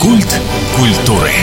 Культ культуры.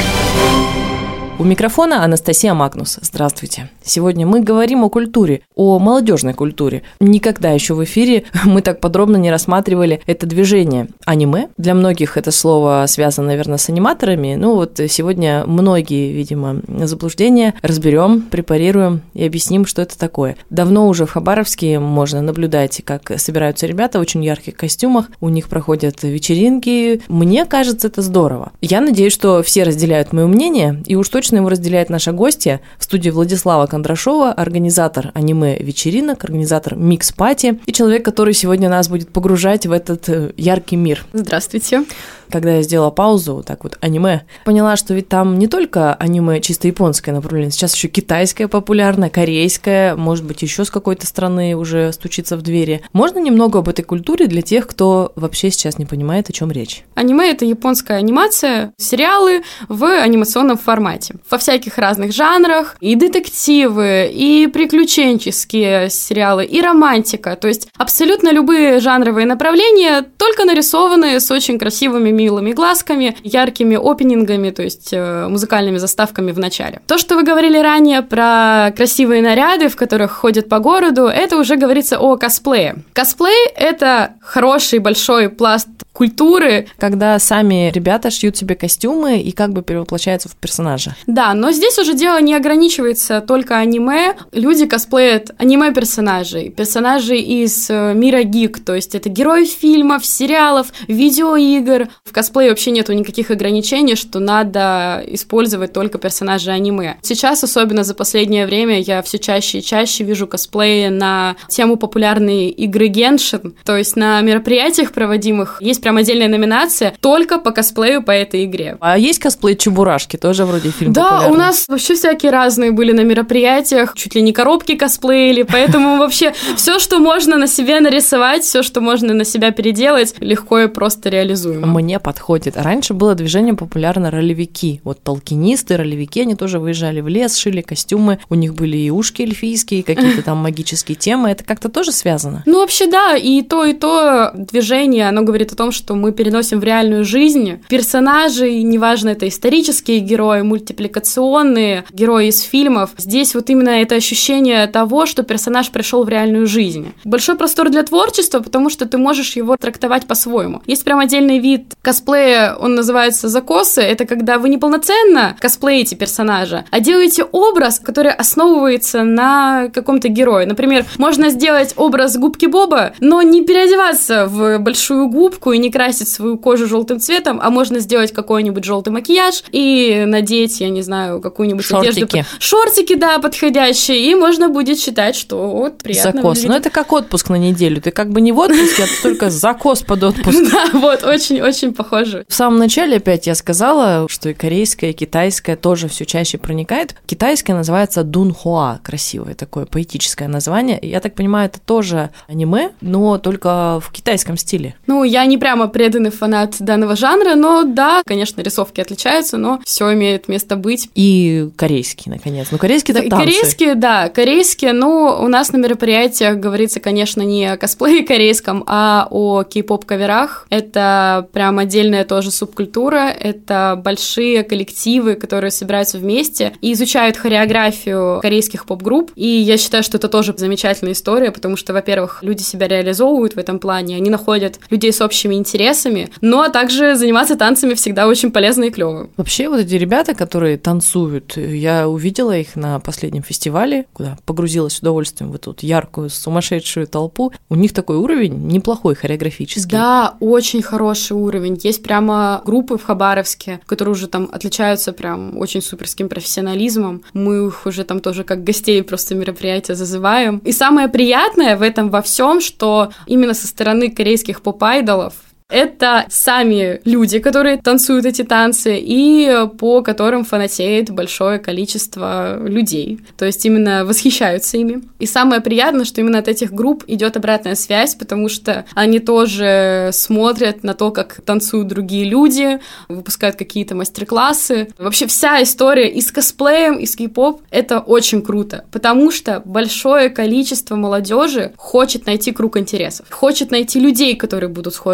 У микрофона Анастасия Магнус. Здравствуйте. Сегодня мы говорим о культуре, о молодежной культуре. Никогда еще в эфире мы так подробно не рассматривали это движение. Аниме. Для многих это слово связано, наверное, с аниматорами. Сегодня многие, видимо, заблуждения разберем, препарируем и объясним, что это такое. Давно уже в Хабаровске можно наблюдать, как собираются ребята в очень ярких костюмах. У них проходят вечеринки. Мне кажется, это здорово. Я надеюсь, что все разделяют мое мнение, и уж точно его разделяет наша гостья в студии Владислава Кондрашова, организатор аниме-вечеринок, организатор микс-пати и человек, который сегодня нас будет погружать в этот яркий мир. Здравствуйте. Когда я сделала паузу, аниме, поняла, что ведь там не только аниме чисто японское направление, сейчас еще китайское популярное, корейское, может быть, еще с какой-то страны уже стучится в двери. Можно немного об этой культуре для тех, кто вообще сейчас не понимает, о чем речь? Аниме — это японская анимация, сериалы в анимационном формате. Во всяких разных жанрах, и детективы, и приключенческие сериалы, и романтика. То есть абсолютно любые жанровые направления, только нарисованные с очень красивыми милыми глазками, яркими опенингами, то есть музыкальными заставками в начале. То, что вы говорили ранее про красивые наряды, в которых ходят по городу, это уже говорится о косплее. Косплей — это хороший большой пласт культуры. Когда сами ребята шьют себе костюмы и перевоплощаются в персонажа. Да, но здесь уже дело не ограничивается только аниме. Люди косплеят аниме-персонажей, персонажей из мира гик, то есть это герои фильмов, сериалов, видеоигр. В косплее вообще нету никаких ограничений, что надо использовать только персонажей аниме. Сейчас, особенно за последнее время, я все чаще и чаще вижу косплеи на тему популярной игры Геншин, то есть на мероприятиях проводимых есть прям отдельная номинация только по косплею по этой игре. А есть косплей Чебурашки, тоже вроде фильм популярный? Да, у нас вообще всякие разные были на мероприятиях, чуть ли не коробки косплеили, поэтому вообще все, что можно на себе нарисовать, все, что можно на себя переделать, легко и просто реализуемо. Мне подходит. Раньше было движение популярно ролевики. Толкинисты, ролевики, они тоже выезжали в лес, шили костюмы, у них были и ушки эльфийские, какие-то там магические темы. Это как-то тоже связано? Вообще да, и то движение, оно говорит о том, что мы переносим в реальную жизнь персонажей, неважно, это исторические герои, мультипликационные герои из фильмов. Здесь именно это ощущение того, что персонаж пришел в реальную жизнь. Большой простор для творчества, потому что ты можешь его трактовать по-своему. Есть прям отдельный вид косплея, он называется закосы. Это когда вы не полноценно косплеите персонажа, а делаете образ, который основывается на каком-то герое. Например, можно сделать образ губки Боба, но не переодеваться в большую губку и не красить свою кожу желтым цветом, а можно сделать какой-нибудь желтый макияж и надеть, я не знаю, какую-нибудь одежду. Шортики, да, подходящие, и можно будет считать, что приятно закос. выглядит. Это как отпуск на неделю. Ты не в отпуске, а только закос под отпуск. Да, очень-очень похоже. В самом начале опять я сказала, что и корейское, и китайское тоже все чаще проникает. Китайское называется дунхуа, красивое такое поэтическое название. Я так понимаю, это тоже аниме, но только в китайском стиле. Я не прямо преданный фанат данного жанра, но да, конечно, рисовки отличаются, но все имеет место быть. И корейский, наконец. Корейский это танцы. Корейские, но у нас на мероприятиях говорится, конечно, не о косплее корейском, а о кей-поп-каверах. Это прям отдельная тоже субкультура, это большие коллективы, которые собираются вместе и изучают хореографию корейских поп-групп, и я считаю, что это тоже замечательная история, потому что, во-первых, люди себя реализовывают в этом плане, они находят людей с общими интересами, но также заниматься танцами всегда очень полезно и клево. Вообще, эти ребята, которые танцуют, я увидела их на последнем фестивале, куда погрузилась с удовольствием в эту яркую, сумасшедшую толпу. У них такой уровень неплохой хореографический. Да, очень хороший уровень. Есть прямо группы в Хабаровске, которые уже там отличаются прям очень суперским профессионализмом. Мы их уже там тоже как гостей просто мероприятия зазываем. И самое приятное в этом во всем, что именно со стороны корейских поп-айдолов Это сами люди, которые танцуют эти танцы, и по которым фанатеет большое количество людей. То есть именно восхищаются ими. И самое приятное, что именно от этих групп идет обратная связь, потому что они тоже смотрят на то, как танцуют другие люди, выпускают какие-то мастер-классы. Вообще вся история и с косплеем, и с кей-поп — это очень круто, потому что большое количество молодежи хочет найти круг интересов, хочет найти людей, которые будут схожими с их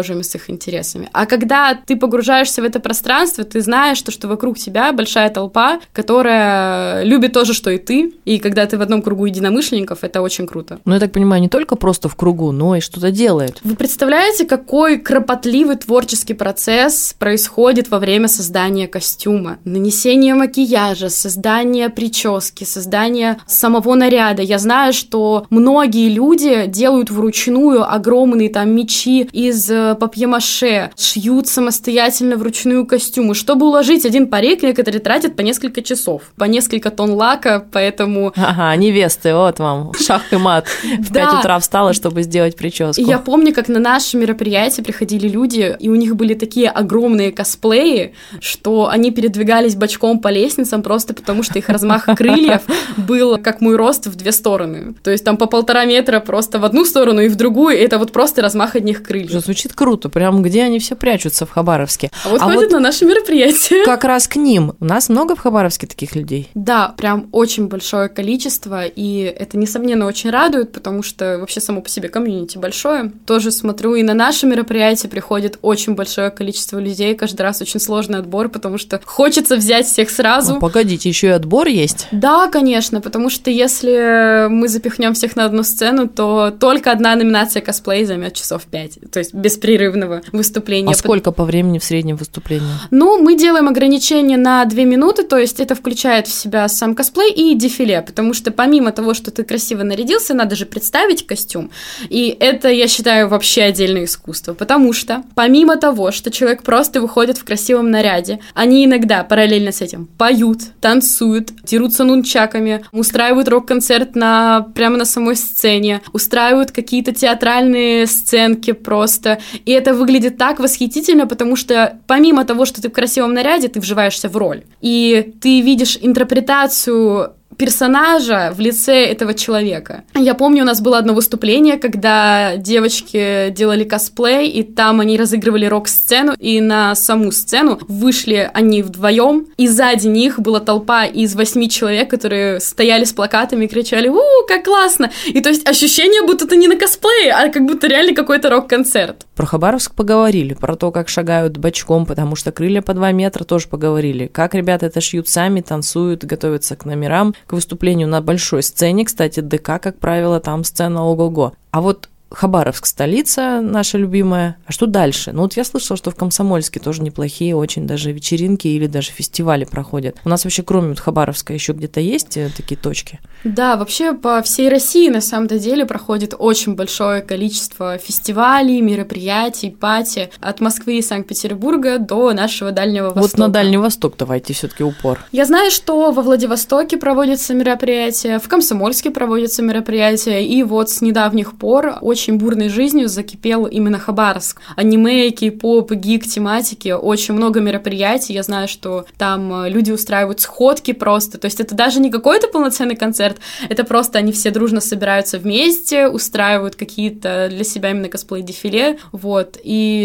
их интересами. А когда ты погружаешься в это пространство, ты знаешь, что вокруг тебя большая толпа, которая любит то же, что и ты, и когда ты в одном кругу единомышленников, это очень круто. Ну, я так понимаю, не только просто в кругу, но и что-то делает. Вы представляете, какой кропотливый творческий процесс происходит во время создания костюма? Нанесение макияжа, создание прически, создание самого наряда. Я знаю, что многие люди делают вручную огромные там мечи из папье-маше, шьют самостоятельно вручную костюмы. Чтобы уложить один парик, некоторые тратят по несколько часов, по несколько тонн лака, поэтому... Ага, невесты, вот вам, шах и мат. В 5 утра встала, чтобы сделать прическу. Я помню, как на наше мероприятие приходили люди, и у них были такие огромные косплеи, что они передвигались бочком по лестницам просто потому, что их размах крыльев был как мой рост в 2 стороны. То есть там по 1,5 метра просто в одну сторону и в другую, и это вот просто размах одних крыльев. Звучит круто, прям где они все прячутся в Хабаровске. А вот ходят на наше мероприятие. Как раз к ним. У нас много в Хабаровске таких людей? Да, прям очень большое количество, и это, несомненно, очень радует, потому что вообще само по себе комьюнити большое. Тоже смотрю, и на наше мероприятие приходит очень большое количество людей, каждый раз очень сложный отбор, потому что хочется взять всех сразу. Погодите, еще и отбор есть? Да, конечно, потому что если мы запихнем всех на одну сцену, то только одна номинация косплей займет часов 5, то есть беспрерывного выступления. А сколько по времени в среднем выступления? Ну, мы делаем ограничение на 2 минуты, то есть это включает в себя сам косплей и дефиле, потому что помимо того, что ты красиво нарядился, надо же представить костюм, и это, я считаю, вообще отдельное искусство, потому что помимо того, что человек просто выходит в красивом наряде, они иногда параллельно с этим поют, танцуют, дерутся нунчаками, устраивают рок-концерт прямо на самой сцене, устраивают какие-то театральные сценки просто, и это выглядит так восхитительно, потому что помимо того, что ты в красивом наряде, ты вживаешься в роль, и ты видишь интерпретацию персонажа в лице этого человека. Я помню, у нас было одно выступление, когда девочки делали косплей, и там они разыгрывали рок-сцену, и на саму сцену вышли они вдвоем, и сзади них была толпа из 8 человек, которые стояли с плакатами и кричали: как классно!» И то есть ощущение, будто ты не на косплее, а как будто реально какой-то рок-концерт. Про Хабаровск поговорили, про то, как шагают бочком, потому что крылья по 2 метра тоже поговорили. Как ребята это шьют сами, танцуют, готовятся к номерам, к выступлению на большой сцене. Кстати, ДК, как правило, там сцена ого-го. А вот Хабаровск, столица наша любимая. А что дальше? Ну вот я слышала, что в Комсомольске тоже неплохие очень даже вечеринки или даже фестивали проходят. У нас вообще кроме вот Хабаровска еще где-то есть такие точки? Да, вообще по всей России на самом-то деле проходит очень большое количество фестивалей, мероприятий, пати от Москвы и Санкт-Петербурга до нашего Дальнего Востока. Вот на Дальний Восток давайте все-таки упор. Я знаю, что во Владивостоке проводятся мероприятия, в Комсомольске проводятся мероприятия, и вот с недавних пор очень бурной жизнью закипел именно Хабаровск. Аниме, кей-поп, гик-тематики, очень много мероприятий. Я знаю, что там люди устраивают сходки просто. То есть это даже не какой-то полноценный концерт, это просто они все дружно собираются вместе, устраивают какие-то для себя именно косплей-дефиле. Вот.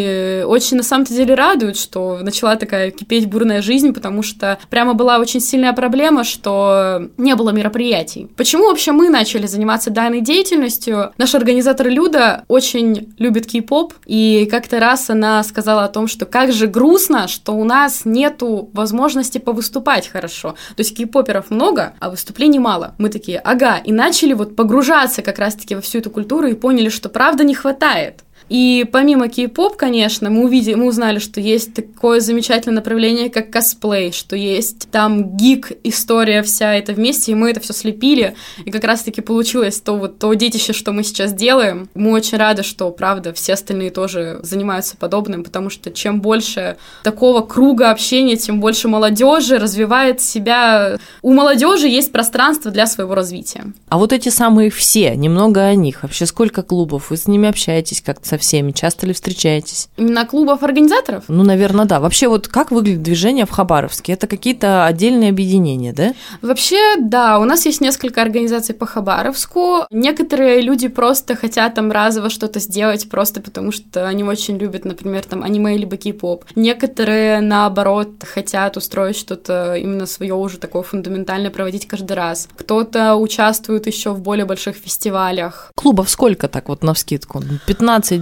И очень на самом-то деле радует, что начала такая кипеть бурная жизнь, потому что прямо была очень сильная проблема, что не было мероприятий. Почему вообще мы начали заниматься данной деятельностью? Наш организатор Люда очень любит кей-поп, и как-то раз она сказала о том, что как же грустно, что у нас нету возможности повыступать хорошо. То есть кей-поперов много, а выступлений мало. Мы такие, ага, и начали вот погружаться как раз-таки во всю эту культуру и поняли, что правда не хватает. И помимо кей-поп, конечно, мы узнали, что есть такое замечательное направление, как косплей, что есть там гик-история вся это вместе, и мы это все слепили, и как раз-таки получилось то детище, что мы сейчас делаем. Мы очень рады, что, правда, все остальные тоже занимаются подобным, потому что чем больше такого круга общения, тем больше молодежи развивает себя. У молодежи есть пространство для своего развития. А вот эти самые все, немного о них. Вообще сколько клубов? Вы с ними общаетесь как-то со всеми? Часто ли встречаетесь? Именно клубов-организаторов? Ну, наверное, да. Вообще, вот как выглядит движение в Хабаровске? Это какие-то отдельные объединения, да? Вообще, да, у нас есть несколько организаций по Хабаровску. Некоторые люди просто хотят там разово что-то сделать, просто потому что они очень любят, например, там аниме либо кей-поп. Некоторые, наоборот, хотят устроить что-то именно свое уже такое фундаментальное, проводить каждый раз. Кто-то участвует еще в более больших фестивалях. Клубов сколько так вот навскидку? 15-20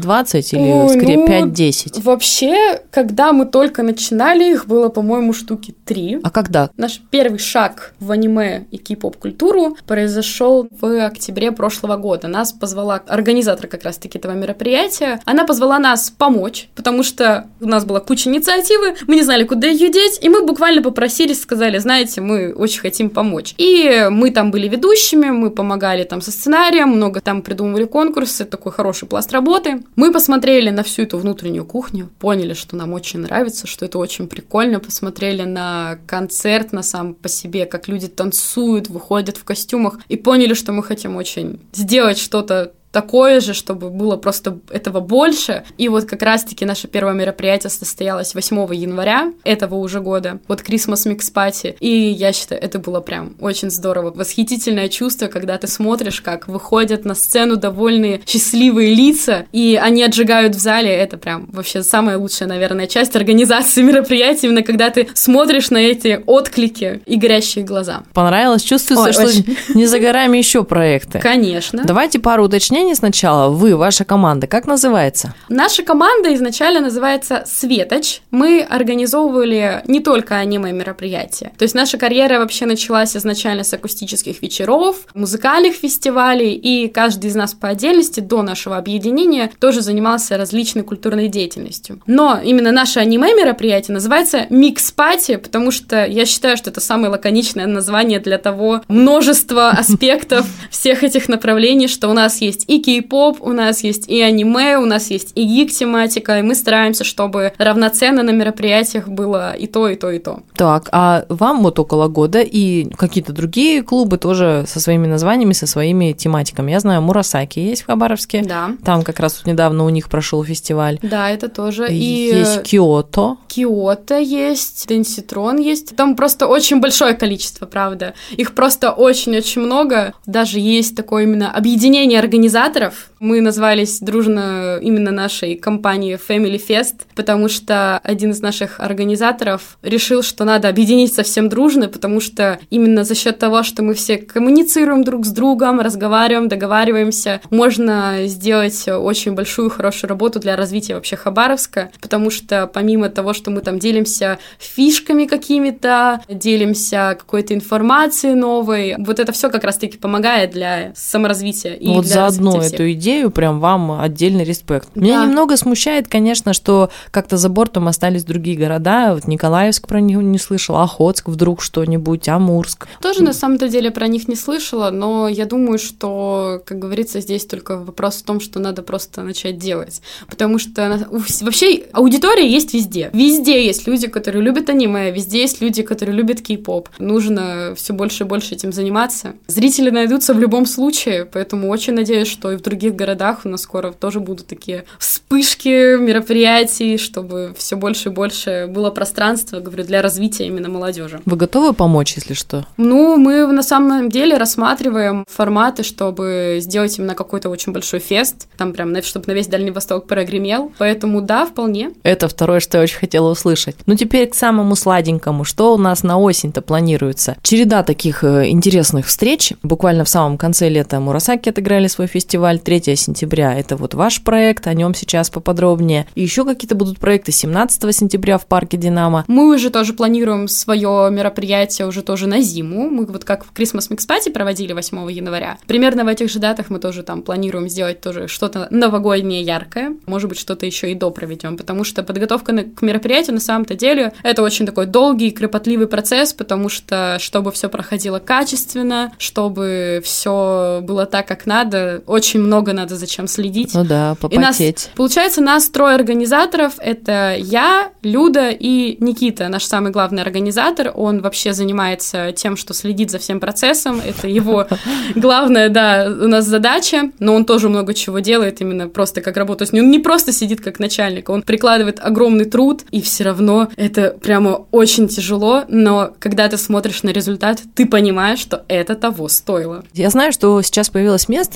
20 или, скорее, 5-10? Вообще, когда мы только начинали, их было, по-моему, штуки 3. А когда? Наш первый шаг в аниме и кей-поп-культуру произошел в октябре прошлого года. Нас позвала организатор как раз-таки этого мероприятия. Она позвала нас помочь, потому что у нас была куча инициативы, мы не знали, куда ее деть, и мы буквально попросились, сказали, знаете, мы очень хотим помочь. И мы там были ведущими, мы помогали там со сценарием, много там придумывали конкурсы, такой хороший пласт работы. Мы посмотрели на всю эту внутреннюю кухню, поняли, что нам очень нравится, что это очень прикольно, посмотрели на концерт на сам по себе, как люди танцуют, выходят в костюмах, и поняли, что мы хотим очень сделать что-то такое же, чтобы было просто этого больше. И вот как раз-таки наше первое мероприятие состоялось 8 января этого уже года, вот Christmas Mix Party, и я считаю, это было прям очень здорово. Восхитительное чувство, когда ты смотришь, как выходят на сцену довольные, счастливые лица, и они отжигают в зале, это прям вообще самая лучшая, наверное, часть организации мероприятий, именно когда ты смотришь на эти отклики и горящие глаза. Понравилось? Чувствуется, что очень... не за горами еще проекты. Конечно. Давайте пару уточнений сначала. Вы, ваша команда, как называется? Наша команда изначально называется «Светоч». Мы организовывали не только аниме-мероприятия. То есть наша карьера вообще началась изначально с акустических вечеров, музыкальных фестивалей, и каждый из нас по отдельности до нашего объединения тоже занимался различной культурной деятельностью. Но именно наше аниме-мероприятие называется «Микс-пати», потому что я считаю, что это самое лаконичное название для того множества аспектов всех этих направлений, что у нас есть и кей-поп, у нас есть и аниме, у нас есть и гик-тематика, и мы стараемся, чтобы равноценно на мероприятиях было и то, и то, и то. Так, а вам вот около года и какие-то другие клубы тоже со своими названиями, со своими тематиками. Я знаю, Мурасаки есть в Хабаровске. Да. Там как раз недавно у них прошел фестиваль. Да, это тоже. И есть Киото. Киото есть, Денситрон есть. Там просто очень большое количество, правда. Их просто очень-очень много. Даже есть такое именно объединение организаторов. Мы назвались дружно именно нашей компанией Family Fest, потому что один из наших организаторов решил, что надо объединиться всем дружно, потому что именно за счет того, что мы все коммуницируем друг с другом, разговариваем, договариваемся, можно сделать очень большую, хорошую работу для развития вообще Хабаровска, потому что помимо того, что мы там делимся фишками какими-то, делимся какой-то информацией новой, вот это все как раз-таки помогает для саморазвития и вот для заодно всех. Эту идею прям вам отдельный респект. Меня немного смущает, конечно, что как-то за бортом остались другие города. Вот Николаевск про них не слышал, Охотск вдруг что-нибудь, Амурск. Тоже на самом-то деле про них не слышала, но я думаю, что, как говорится, здесь только вопрос в том, что надо просто начать делать. Потому что вообще аудитория есть везде. Везде есть люди, которые любят аниме, везде есть люди, которые любят кей-поп. Нужно все больше и больше этим заниматься. Зрители найдутся в любом случае, поэтому очень надеюсь, что и в других городах у нас скоро тоже будут такие вспышки мероприятий, чтобы все больше и больше было пространства, говорю, для развития именно молодежи. Вы готовы помочь, если что? Ну, мы на самом деле рассматриваем форматы, чтобы сделать именно какой-то очень большой фест, там прям, чтобы на весь Дальний Восток прогремел, поэтому да, вполне. Это второе, что я очень хотела услышать. Ну, теперь к самому сладенькому. Что у нас на осень-то планируется? Череда таких интересных встреч. Буквально в самом конце лета Мурасаки отыграли свой фестиваль. 3 сентября – это вот ваш проект, о нем сейчас поподробнее. И еще какие-то будут проекты 17 сентября в парке «Динамо». Мы уже тоже планируем свое мероприятие уже тоже на зиму. Мы вот как в Christmas Mix Party проводили 8 января. Примерно в этих же датах мы тоже там планируем сделать тоже что-то новогоднее, яркое. Может быть, что-то еще и допроведем, потому что подготовка к мероприятию на самом-то деле это очень такой долгий, кропотливый процесс, потому что чтобы все проходило качественно, чтобы все было так, как надо, очень много надо зачем следить. Ну да, попотеть. Получается, нас 3 организаторов. Это я, Люда и Никита, наш самый главный организатор. Он вообще занимается тем, что следит за всем процессом. Это его главная, да, у нас задача. Но он тоже много чего делает, именно просто как работа. То есть он не просто сидит как начальник, он прикладывает огромный труд, и все равно это прямо очень тяжело. Но когда ты смотришь на результат, ты понимаешь, что это того стоило. Я знаю, что сейчас появилось место, где вы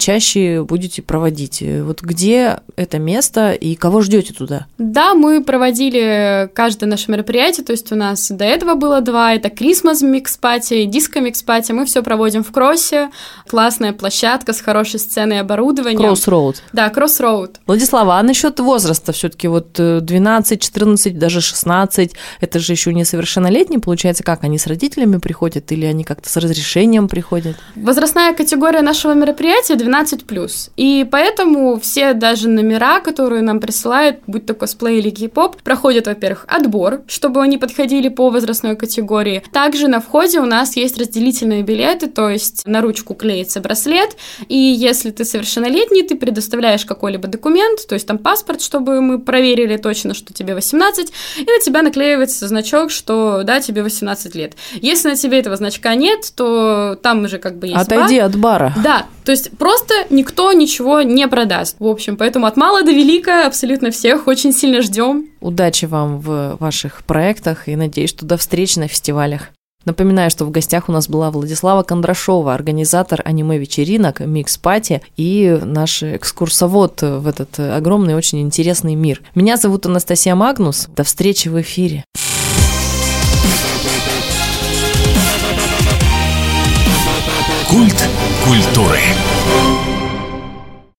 чаще будете проводить. Вот где это место и кого ждете туда? Да, мы проводили каждое наше мероприятие, то есть у нас до этого было 2, это Christmas Mix Party и Disco Mix Party, мы все проводим в Кроссе, классная площадка с хорошей сценой и оборудованием. Crossroad. Да, Crossroad. Владислава, а насчет возраста все-таки вот 12, 14, даже 16, это же еще несовершеннолетние, получается, как они с родителями приходят или они как-то с разрешением приходят? Возрастная категория нашего мероприятия 12+, и поэтому все даже номера, которые нам присылают, будь то косплей или кей-поп, проходят, во-первых, отбор, чтобы они подходили по возрастной категории. Также на входе у нас есть разделительные билеты, то есть на ручку клеится браслет, и если ты совершеннолетний, ты предоставляешь какой-либо документ, то есть там паспорт, чтобы мы проверили точно, что тебе 18, и на тебя наклеивается значок, что да, тебе 18 лет. Если на тебе этого значка нет, то там уже как бы есть Отойди от бара. Да, то есть просто никто ничего не продаст. В общем, поэтому от мала до велика абсолютно всех очень сильно ждем. Удачи вам в ваших проектах и надеюсь, что до встречи на фестивалях. Напоминаю, что в гостях у нас была Владислава Кондрашова, организатор аниме-вечеринок Mix Party и наш экскурсовод в этот огромный, очень интересный мир. Меня зовут Анастасия Магнус. До встречи в эфире. Культ культуры.